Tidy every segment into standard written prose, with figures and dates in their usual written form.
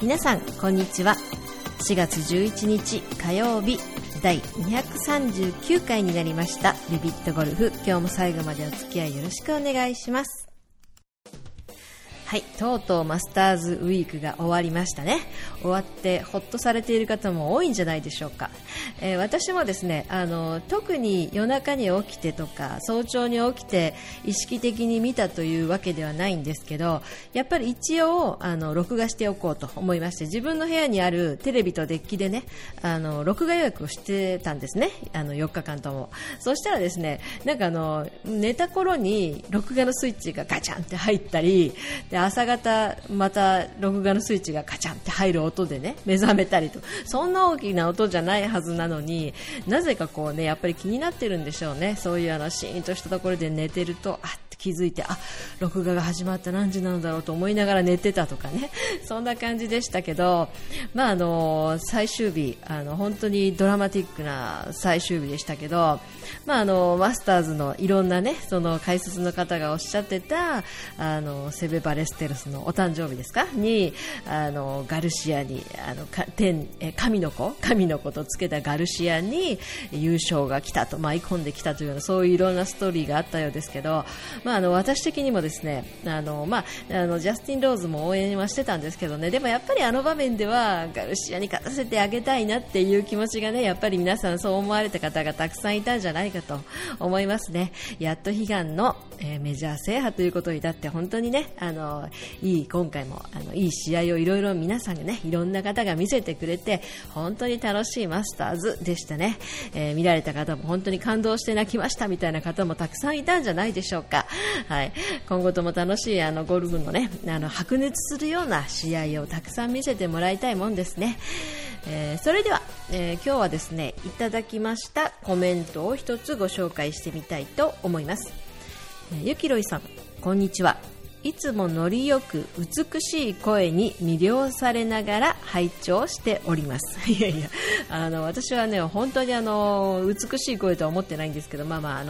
皆さんこんにちは。4月11日火曜日、第239回になりましたビビットゴルフ。今日も最後までお付き合いよろしくお願いします。はい、とうとうマスターズウィークが終わりましたね。終わってほっとされている方も多いんじゃないでしょうか。私もですね、特に夜中に起きてとか早朝に起きて意識的に見たというわけではないんですけど、やっぱり一応録画しておこうと思いまして、自分の部屋にあるテレビとデッキでね、録画予約をしてたんですね。4日間とも。そしたらですね、なんか寝た頃に録画のスイッチがガチャンって入ったりで、朝方また録画のスイッチがカチャンって入る音でね目覚めたりと、そんな大きな音じゃないはずなのに、なぜかこうねやっぱり気になってるんでしょうね。そういうシーンとしたところで寝てるとって気づいて、録画が始まった何時なのだろうと思いながら寝てたとかね、そんな感じでしたけど、最終日本当にドラマティックな最終日でしたけど、マスターズのいろんなねその解説の方がおっしゃってたセベ・バレステルスのお誕生日ですかにガルシアに神の子とつけたガルシアに優勝が来たと舞い込んできたというような、そういういろんなストーリーがあったようですけど、私的にもですねジャスティン・ローズも応援はしてたんですけどね、でもやっぱり場面ではガルシアに勝たせてあげたいなっていう気持ちがね、やっぱり皆さんそう思われた方がたくさんいたんじゃないかと思いますね。やっと悲願の、メジャー制覇ということになって本当にね今回もいい試合をいろいろ皆さんがねいろんな方が見せてくれて本当に楽しいマスターズでしたね。見られた方も本当に感動して泣きましたみたいな方もたくさんいたんじゃないでしょうか。はい、今後とも楽しいゴルフのね白熱するような試合をたくさん見せてもらいたいもんですね。それでは、今日はですねいただきましたコメントを一つご紹介してみたいと思います。ゆきろいさん、こんにちは。いつもノリよく美しい声に魅了されながら拝聴しております。いやいや、私はね本当に美しい声とは思ってないんですけど、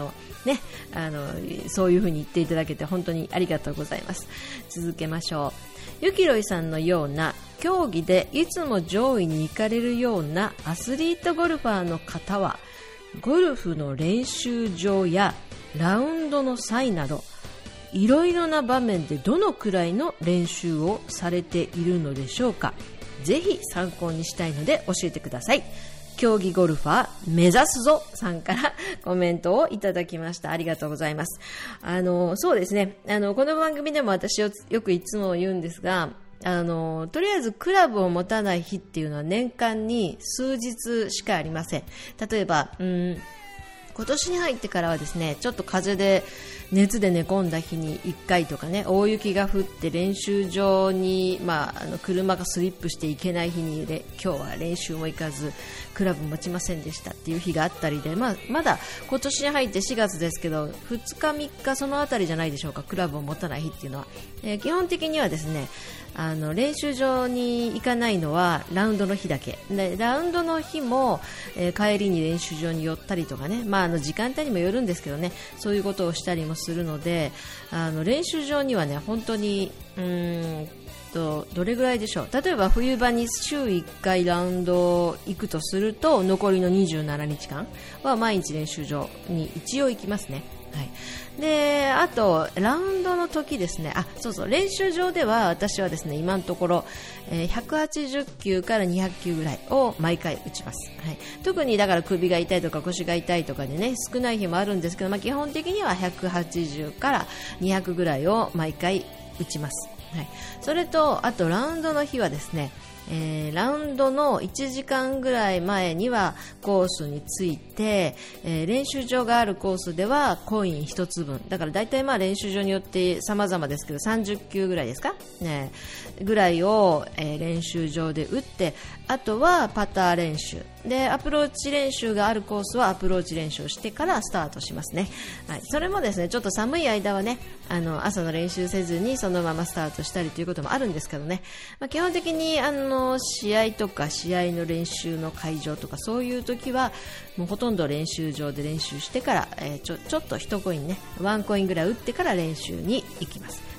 そういう風に言っていただけて本当にありがとうございます。続けましょう。ゆきろいさんのような競技でいつも上位に行かれるようなアスリートゴルファーの方は、ゴルフの練習場やラウンドの際などいろいろな場面でどのくらいの練習をされているのでしょうか。ぜひ参考にしたいので教えてください。競技ゴルファー目指すぞさんからコメントをいただきました。ありがとうございます。そうですね、この番組でも私よくいつも言うんですが、とりあえずクラブを持たない日っていうのは年間に数日しかありません。例えば今年に入ってからはですね、ちょっと風で熱で寝込んだ日に1回とかね、大雪が降って練習場に、車がスリップして行けない日に今日は練習も行かずクラブ持ちませんでしたっていう日があったりで、まだ今年に入って4月ですけど2日3日そのあたりじゃないでしょうか、クラブを持たない日っていうのは。基本的にはですね練習場に行かないのはラウンドの日だけで、ラウンドの日も、帰りに練習場に寄ったりとかね、時間帯にもよるんですけどね、そういうことをしたりもするので、練習場にはね本当にどれぐらいでしょう。例えば冬場に週1回ラウンド行くとすると、残りの27日間は毎日練習場に一応行きますね。はい、であとラウンドの時ですね、練習場では私はですね今のところ、180球から200球ぐらいを毎回打ちます。はい、特にだから首が痛いとか腰が痛いとかでね少ない日もあるんですけど、基本的には180から200ぐらいを毎回打ちます。はい、それとあとラウンドの日はですね、ラウンドの1時間ぐらい前にはコースに着いて、練習場があるコースではコイン1つ分だから、だいたい練習場によって様々ですけど30球ぐらいですか、ぐらいを、練習場で打って、あとはパター練習でアプローチ練習があるコースはアプローチ練習をしてからスタートしますね。はい、それもですねちょっと寒い間はね朝の練習せずにそのままスタートしたりということもあるんですけどね、基本的に試合とか試合の練習の会場とかそういう時はもうほとんど練習場で練習してから、ちょっと1コインね1コインぐらい打ってから練習に行きます。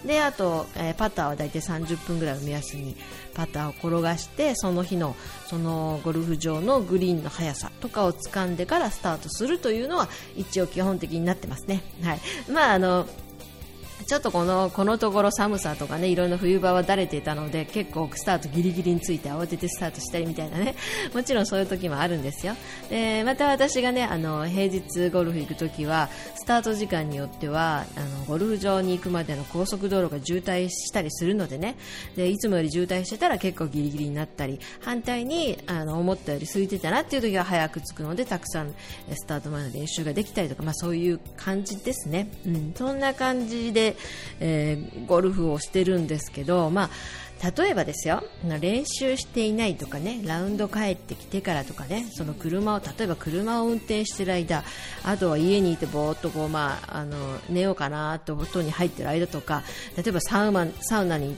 であと、パターはだいたい30分ぐらいを目安にパターを転がして、その日のそのゴルフ場のグリーンの速さとかを掴んでからスタートするというのは一応基本的になってますね。はい。ちょっとこのところ寒さとかね、いろんな冬場はだれていたので、結構スタートギリギリについて慌ててスタートしたりみたいなね、もちろんそういう時もあるんですよ。でまた私がね、平日ゴルフ行く時はスタート時間によってはゴルフ場に行くまでの高速道路が渋滞したりするのでね、でいつもより渋滞してたら結構ギリギリになったり、反対に思ったより空いてたなっていう時は早く着くので、たくさんスタート前の練習ができたりとか、そういう感じですね。そんな感じでゴルフをしてるんですけど、例えばですよ、練習していないとかね、ラウンド帰ってきてからとかね、その例えば車を運転している間、あとは家にいてぼーっと寝ようかなとお布団に入っている間とか、例えばサウナに行って、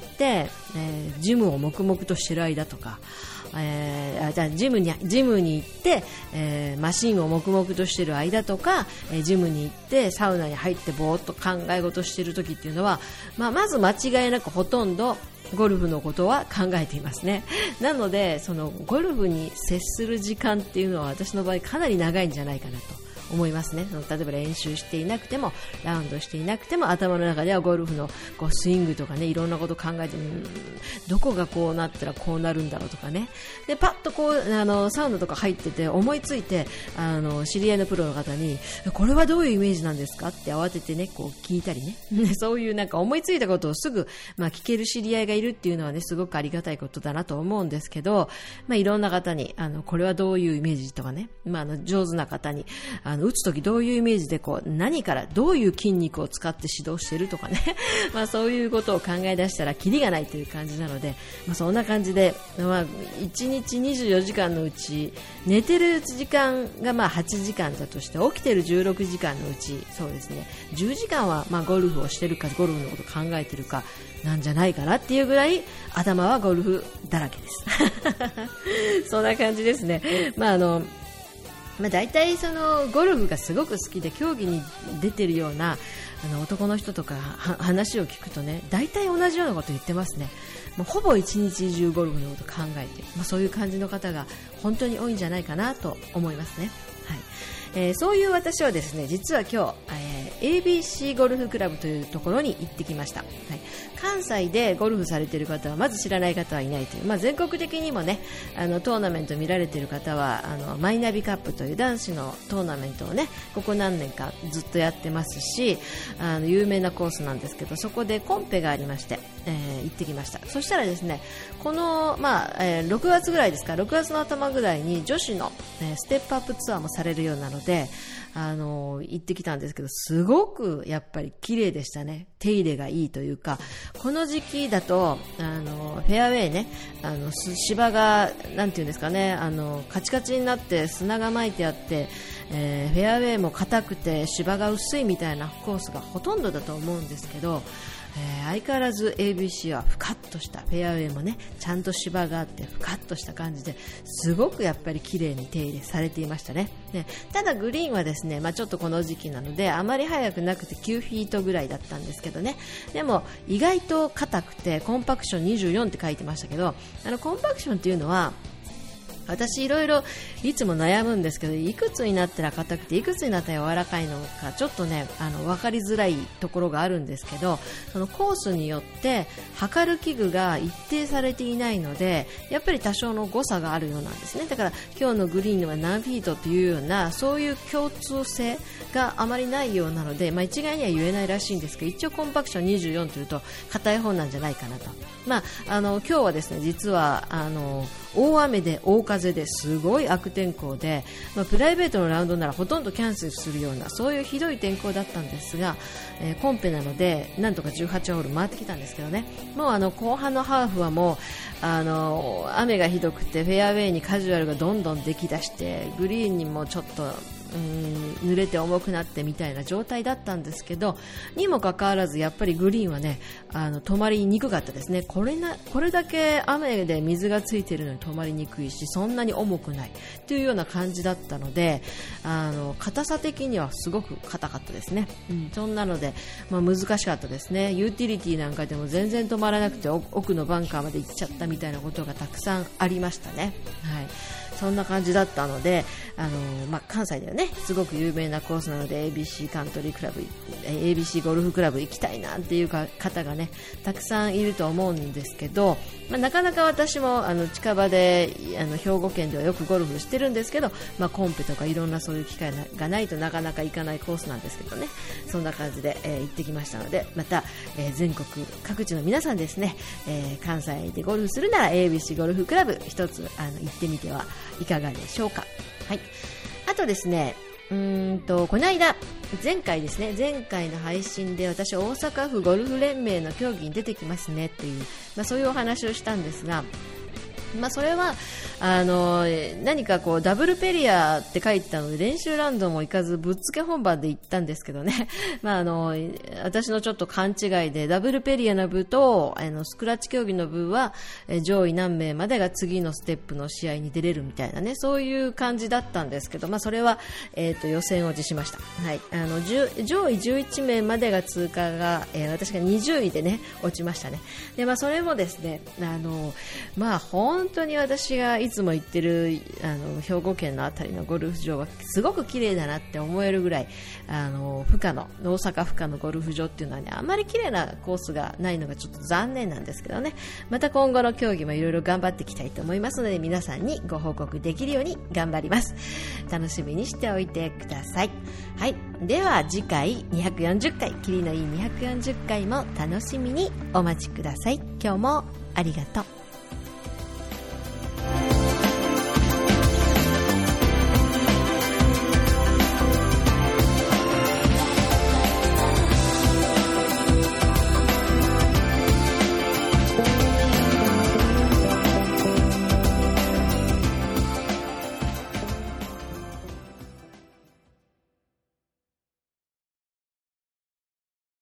ジムを黙々としている間とか、ジムに行って、マシンを黙々としている間とか、ジムに行ってサウナに入ってぼーっと考え事している時っていうのは、まず間違いなくほとんどゴルフのことは考えていますね。なのでそのゴルフに接する時間っていうのは私の場合かなり長いんじゃないかなと思いますね。例えば練習していなくてもラウンドしていなくても頭の中ではゴルフのスイングとかね、いろんなことを考えて、どこがこうなったらこうなるんだろうとかね、でパッとサウナとか入ってて思いついて知り合いのプロの方にこれはどういうイメージなんですかって慌ててね聞いたりねそういう思いついたことをすぐ聞ける知り合いがいるっていうのはね、すごくありがたいことだなと思うんですけど、いろんな方にこれはどういうイメージとかね、上手な方に打つときどういうイメージで何からどういう筋肉を使って指導しているとかねそういうことを考え出したらキリがないという感じなので、そんな感じで、1日24時間のうち寝てる時間が8時間だとして、起きてる16時間のうちそうですね、10時間はゴルフをしているかゴルフのことを考えているかなんじゃないかなっていうぐらい頭はゴルフだらけですそんな感じですね。大体ゴルフがすごく好きで競技に出てるような男の人とか話を聞くとね、大体同じようなこと言ってますね。もうほぼ一日中ゴルフのことを考えて、そういう感じの方が本当に多いんじゃないかなと思いますね。はい。そういう私はですね、実は今日、ABC ゴルフクラブというところに行ってきました。はい、関西でゴルフされている方はまず知らない方はいないという、全国的にもねトーナメント見られている方はマイナビカップという男子のトーナメントをね、ここ何年かずっとやってますし、有名なコースなんですけど、そこでコンペがありまして、行ってきました。そしたらですね、この、6月ぐらいですか、6月の頭ぐらいに女子の、ステップアップツアーもされるようなので行ってきたんですけど、すごくやっぱり綺麗でしたね。手入れがいいというか、この時期だとフェアウェイね、芝がなんていうんですかね、カチカチになって砂が巻いてあって、フェアウェイも硬くて芝が薄いみたいなコースがほとんどだと思うんですけど、相変わらず ABC はふかっとしたフェアウェイもね、ちゃんと芝があってふかっとした感じで、すごくやっぱり綺麗に手入れされていましたね。ただグリーンはですね、ちょっとこの時期なのであまり速くなくて9フィートぐらいだったんですけどね、でも意外と硬くてコンパクション24って書いてましたけど、コンパクションっていうのは私いろいろいつも悩むんですけど、いくつになったら硬くていくつになったら柔らかいのかちょっとね分かりづらいところがあるんですけど、そのコースによって測る器具が一定されていないので、やっぱり多少の誤差があるようなんですね。だから今日のグリーンは何フィートというようなそういう共通性があまりないようなので、一概には言えないらしいんですけど、一応コンパクション24というと硬い方なんじゃないかなと。今日はですね、実は大雨で大風ですごい悪天候で、プライベートのラウンドならほとんどキャンセルするようなそういうひどい天候だったんですが、コンペなのでなんとか18ホール回ってきたんですけどね、もう後半のハーフはもう雨がひどくてフェアウェイにカジュアルがどんどんできだして、グリーンにもちょっと濡れて重くなってみたいな状態だったんですけど、にもかかわらずやっぱりグリーンはね、止まりにくかったですね。これだけ雨で水がついているのに止まりにくいし、そんなに重くないというような感じだったので、硬さ的にはすごく硬かったですね。そんなので、難しかったですね。ユーティリティなんかでも全然止まらなくて、奥のバンカーまで行っちゃったみたいなことがたくさんありましたね。はい、そんな感じだったので、関西ではねすごく有名なコースなので ABC カントリークラブ、ABC ゴルフクラブ行きたいなっていう方がねたくさんいると思うんですけど、なかなか私も近場で兵庫県ではよくゴルフしてるんですけど、コンペとかいろんなそういう機会がないとなかなか行かないコースなんですけどね、そんな感じで、行ってきましたので、また、全国各地の皆さんですね、関西でゴルフするなら ABC ゴルフクラブ一つ行ってみてはいかがでしょうか。はい、あとですね、この間前回の配信で私大阪府ゴルフ連盟の競技に出てきますねっていう、そういうお話をしたんですが、それは何かこうダブルペリアって書いてたので練習ラウンドも行かずぶっつけ本番で行ったんですけどね私のちょっと勘違いでダブルペリアの部とスクラッチ競技の部は上位何名までが次のステップの試合に出れるみたいなね、そういう感じだったんですけど、それは、予選落ちしました。はい、上位11名までが通過が、私が20位でね落ちましたね。で、それもですね本当に私がいつも行ってる兵庫県のあたりのゴルフ場はすごく綺麗だなって思えるぐらい大阪府下のゴルフ場っていうのはねあまり綺麗なコースがないのがちょっと残念なんですけどね、また今後の競技もいろいろ頑張っていきたいと思いますので皆さんにご報告できるように頑張ります。楽しみにしておいてください。はい、では次回240回キリのいい240回も楽しみにお待ちください。今日もありがとう。